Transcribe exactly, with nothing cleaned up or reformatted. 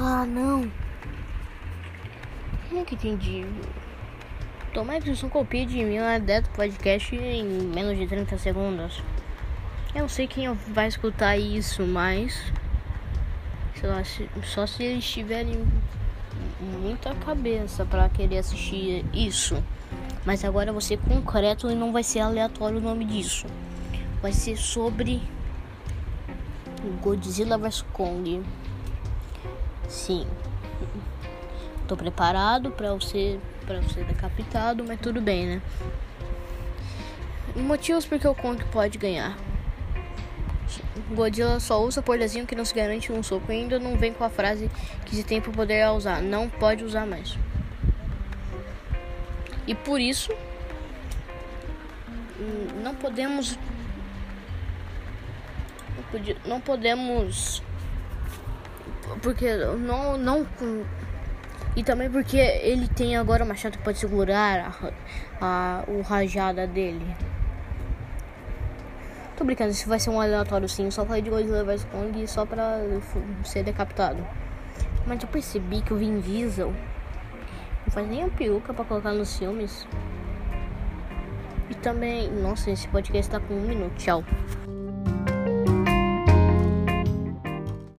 Ah, não. Nunca entendi. Tomara que isso não copie de mim uma ideia do podcast em menos de trinta segundos. Eu não sei quem vai escutar isso, mas sei lá, se, só se eles tiverem muita cabeça pra querer assistir isso. Mas agora eu vou ser concreto e não vai ser aleatório o nome disso. Vai ser sobre Godzilla versus Kong. Sim. Tô preparado pra você, pra ser decapitado, mas tudo bem, né? Motivos porque o Kong pode ganhar. Godzilla só usa poderzinho que não se garante um soco. E ainda não vem com a frase que se tem pro poder a usar. Não pode usar mais. E por isso não podemos não, podia, não podemos porque não não e também porque ele tem agora o machado que pode segurar a, a, o rajada dele. Tô brincando, isso vai ser um aleatório sim. Só falei de Godzilla versus Kong só pra ser decapitado. Mas eu percebi que o Vin Diesel não faz nem a peruca pra colocar nos filmes. E também, nossa, esse podcast tá com um minuto. Tchau.